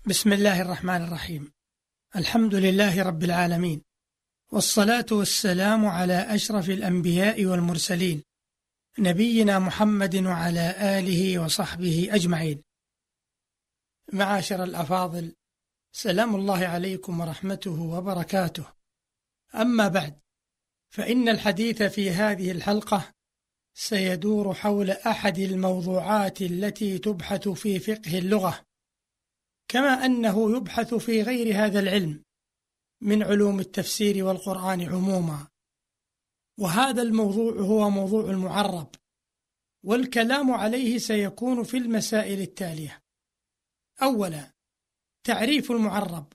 بسم الله الرحمن الرحيم. الحمد لله رب العالمين، والصلاة والسلام على أشرف الأنبياء والمرسلين، نبينا محمد وعلى آله وصحبه أجمعين. معاشر الأفاضل، سلام الله عليكم ورحمته وبركاته. أما بعد، فإن الحديث في هذه الحلقة سيدور حول أحد الموضوعات التي تبحث في فقه اللغة، كما أنه يبحث في غير هذا العلم من علوم التفسير والقرآن عموما. وهذا الموضوع هو موضوع المعرب، والكلام عليه سيكون في المسائل التالية. أولا، تعريف المعرب.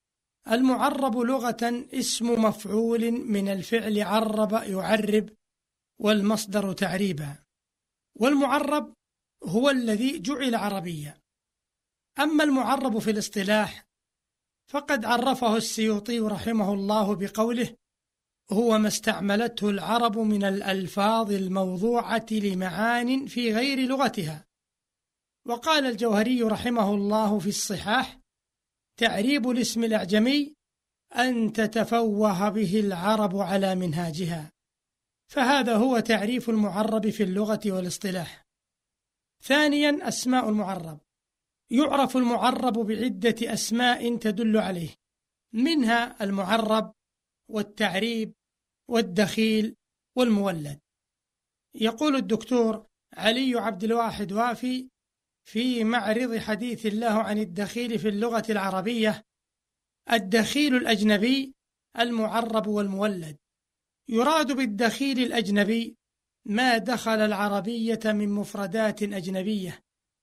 المعرب لغة اسم مفعول من الفعل عرب يعرب، والمصدر تعريبا، والمعرب هو الذي جعل عربيا. أما المعرب في الاصطلاح فقد عرفه السيوطي رحمه الله بقوله: هو ما استعملته العرب من الألفاظ الموضوعة لمعان في غير لغتها. وقال الجوهري رحمه الله في الصحاح: تعريب الاسم الأعجمي أن تتفوه به العرب على منهاجها. فهذا هو تعريف المعرب في اللغة والاصطلاح. ثانيا، أسماء المعرب. يعرف المعرب بعدة أسماء تدل عليه، منها المعرب والتعريب والدخيل والمولد. يقول الدكتور علي عبد الواحد وافي في معرض حديث الله عن الدخيل في اللغة العربية: الدخيل الأجنبي المعرب والمولد. يراد بالدخيل الأجنبي ما دخل العربية من مفردات أجنبية،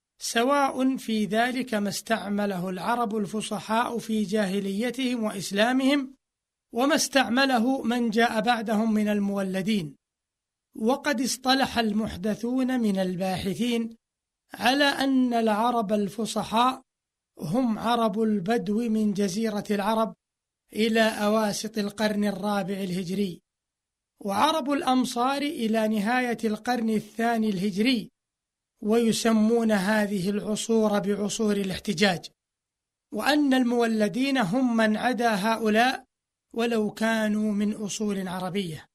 سواء في ذلك ما استعمله العرب الفصحاء في جاهليتهم وإسلامهم، وما استعمله من جاء بعدهم من المولدين. وقد اصطلح المحدثون من الباحثين على أن العرب الفصحاء هم عرب البدو من جزيرة العرب إلى أواسط القرن الرابع الهجري، وعرب الأمصار إلى نهاية القرن الثاني الهجري، ويسمون هذه العصور بعصور الاحتجاج، وأن المولدين هم من عدا هؤلاء ولو كانوا من أصول عربية.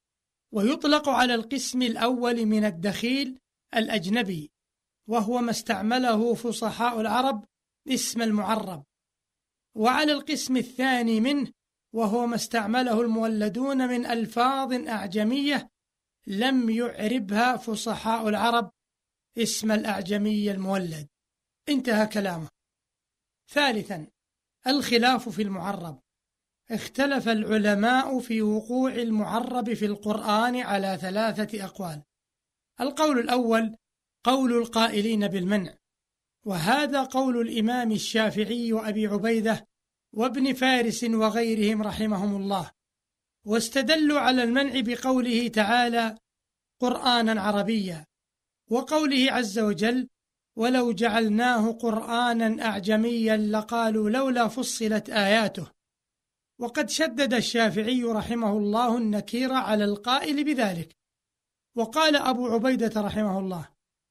ويطلق على القسم الأول من الدخيل الأجنبي، وهو ما استعمله فصحاء العرب اسم المعرب، وعلى القسم الثاني منه، وهو ما استعمله المولدون من ألفاظ أعجمية لم يعربها فصحاء العرب، اسم الأعجمي المولد. انتهى كلامه. ثالثا، الخلاف في المعرب. اختلف العلماء في وقوع المعرب في القرآن على 3 أقوال. القول الأول قول القائلين بالمنع، وهذا قول الإمام الشافعي وأبي عبيدة وابن فارس وغيرهم رحمهم الله، واستدلوا على المنع بقوله تعالى: قرآنا عربيا، وقوله عز وجل: ولو جعلناه قرآنا أعجميا لقالوا لولا فصلت آياته. وقد شدد الشافعي رحمه الله النكير على القائل بذلك، وقال أبو عبيدة رحمه الله: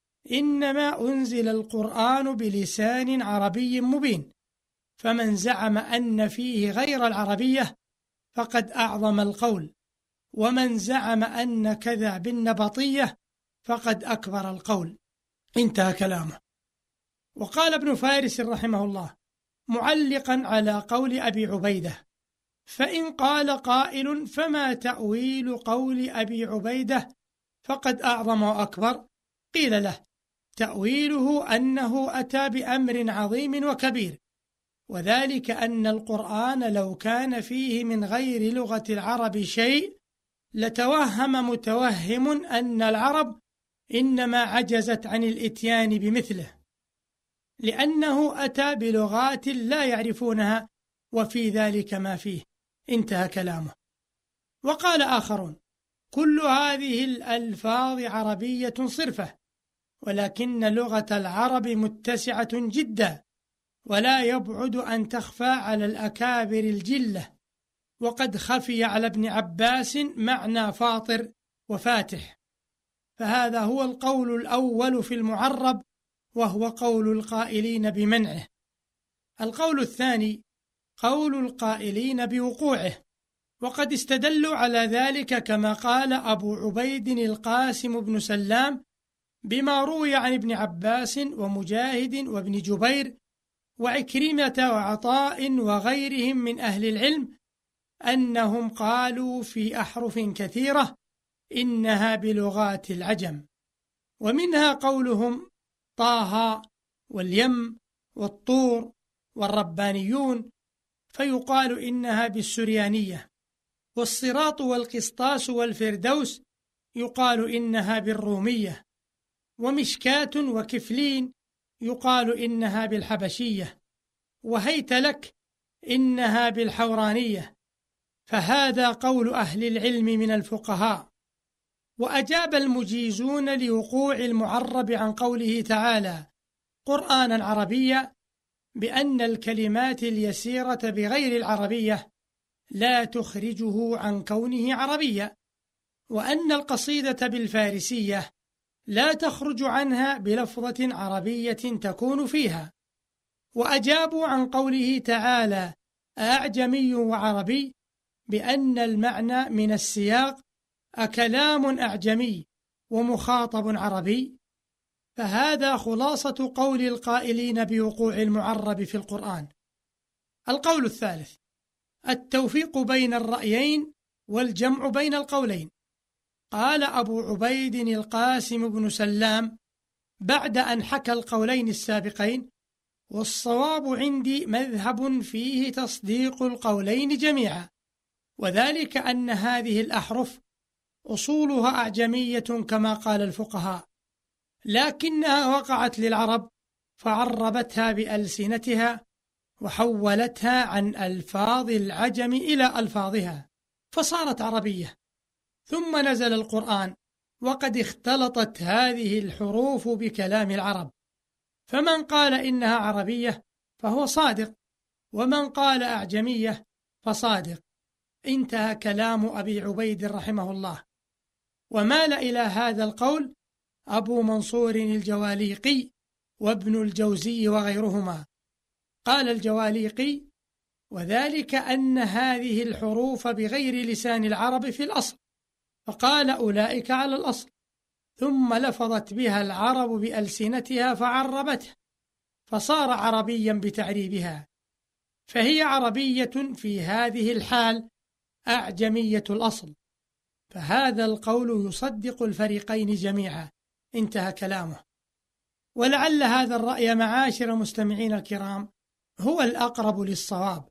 إنما أنزل القرآن بلسان عربي مبين، فمن زعم أن فيه غير العربية فقد أعظم القول، ومن زعم أن كذا بالنبطية فقد أكبر القول. انتهى كلامه. وقال ابن فارس رحمه الله معلقا على قول أبي عبيدة: فإن قال قائل فما تأويل قول أبي عبيدة فقد أعظم وأكبر؟ قيل له: تأويله أنه أتى بأمر عظيم وكبير، وذلك أن القرآن لو كان فيه من غير لغة العرب شيء لتوهم متوهم أن العرب إنما عجزت عن الإتيان بمثله، لأنه أتى بلغات لا يعرفونها، وفي ذلك ما فيه. انتهى كلامه. وقال آخرون: كل هذه الألفاظ عربية صرفة، ولكن لغة العرب متسعة جدا، ولا يبعد أن تخفى على الأكابر الجلة، وقد خفي على ابن عباس معنى فاطر وفاتح. فهذا هو القول الأول في المعرب، وهو قول القائلين بمنعه. القول الثاني قول القائلين بوقوعه، وقد استدلوا على ذلك كما قال أبو عبيد القاسم بن سلام بما روي عن ابن عباس ومجاهد وابن جبير وعكرمة وعطاء وغيرهم من أهل العلم أنهم قالوا في أحرف كثيرة إنها بلغات العجم، ومنها قولهم طه واليم والطور والربانيون، فيقال إنها بالسريانية، والصراط والقسطاس والفردوس يقال إنها بالرومية، ومشكاة وكفلين يقال إنها بالحبشية، وهيت لك إنها بالحورانية. فهذا قول أهل العلم من الفقهاء. وأجاب المجيزون لوقوع المعرب عن قوله تعالى قرآنا عربيا بأن الكلمات اليسيرة بغير العربية لا تخرجه عن كونه عربيا، وأن القصيدة بالفارسية لا تخرج عنها بلفظة عربية تكون فيها. وأجابوا عن قوله تعالى أعجمي وعربي بأن المعنى من السياق أكلام أعجمي ومخاطب عربي، فهذا خلاصة قول القائلين بوقوع المعرب في القرآن. القول الثالث التوفيق بين الرأيين والجمع بين القولين. قال أبو عبيد القاسم بن سلام بعد أن حكى القولين السابقين: والصواب عندي مذهب فيه تصديق القولين جميعا، وذلك أن هذه الأحرف أصولها أعجمية كما قال الفقهاء، لكنها وقعت للعرب فعربتها بألسنتها وحولتها عن ألفاظ العجم إلى ألفاظها فصارت عربية. ثم نزل القرآن وقد اختلطت هذه الحروف بكلام العرب، فمن قال إنها عربية فهو صادق، ومن قال أعجمية فصادق. انتهى كلام أبي عبيد رحمه الله. ومال إلى هذا القول أبو منصور الجواليقي وابن الجوزي وغيرهما. قال الجواليقي: وذلك أن هذه الحروف بغير لسان العرب في الأصل، فقال أولئك على الأصل، ثم لفظت بها العرب بألسنتها فعربتها فصار عربيا بتعريبها، فهي عربية في هذه الحال أعجمية الأصل، فهذا القول يصدق الفريقين جميعا. انتهى كلامه. ولعل هذا الرأي معاشر مستمعين الكرام هو الأقرب للصواب.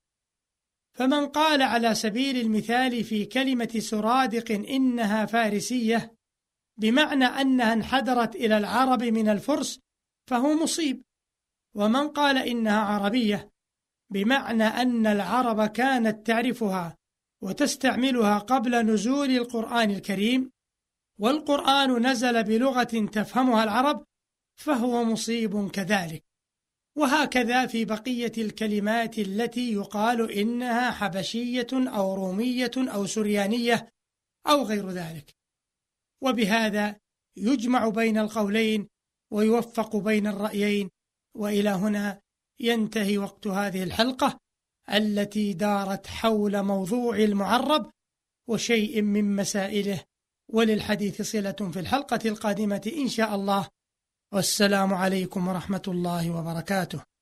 فمن قال على سبيل المثال في كلمة سرادق إنها فارسية بمعنى أنها انحدرت إلى العرب من الفرس فهو مصيب، ومن قال إنها عربية بمعنى أن العرب كانت تعرفها وتستعملها قبل نزول القرآن الكريم، والقرآن نزل بلغة تفهمها العرب، فهو مصيب كذلك. وهكذا في بقية الكلمات التي يقال إنها حبشية أو رومية أو سريانية أو غير ذلك. وبهذا يجمع بين القولين ويوفق بين الرأيين. وإلى هنا ينتهي وقت هذه الحلقة التي دارت حول موضوع المعرب وشيء من مسائله، وللحديث صلة في الحلقة القادمة إن شاء الله. والسلام عليكم ورحمة الله وبركاته.